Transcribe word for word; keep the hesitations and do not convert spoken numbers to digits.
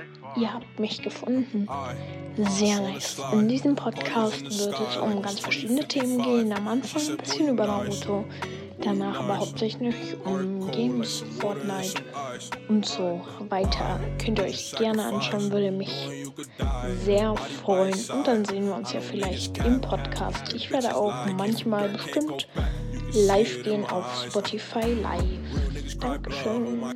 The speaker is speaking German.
Ihr habt mich gefunden. Sehr nice. In diesem Podcast wird es um ganz verschiedene Themen gehen. Am Anfang ein bisschen über Naruto, danach aber hauptsächlich um Games, Fortnite und so weiter. Könnt ihr euch gerne anschauen, würde mich sehr freuen. Und dann sehen wir uns ja vielleicht im Podcast. Ich werde auch manchmal bestimmt live gehen auf Spotify Live. Dankeschön.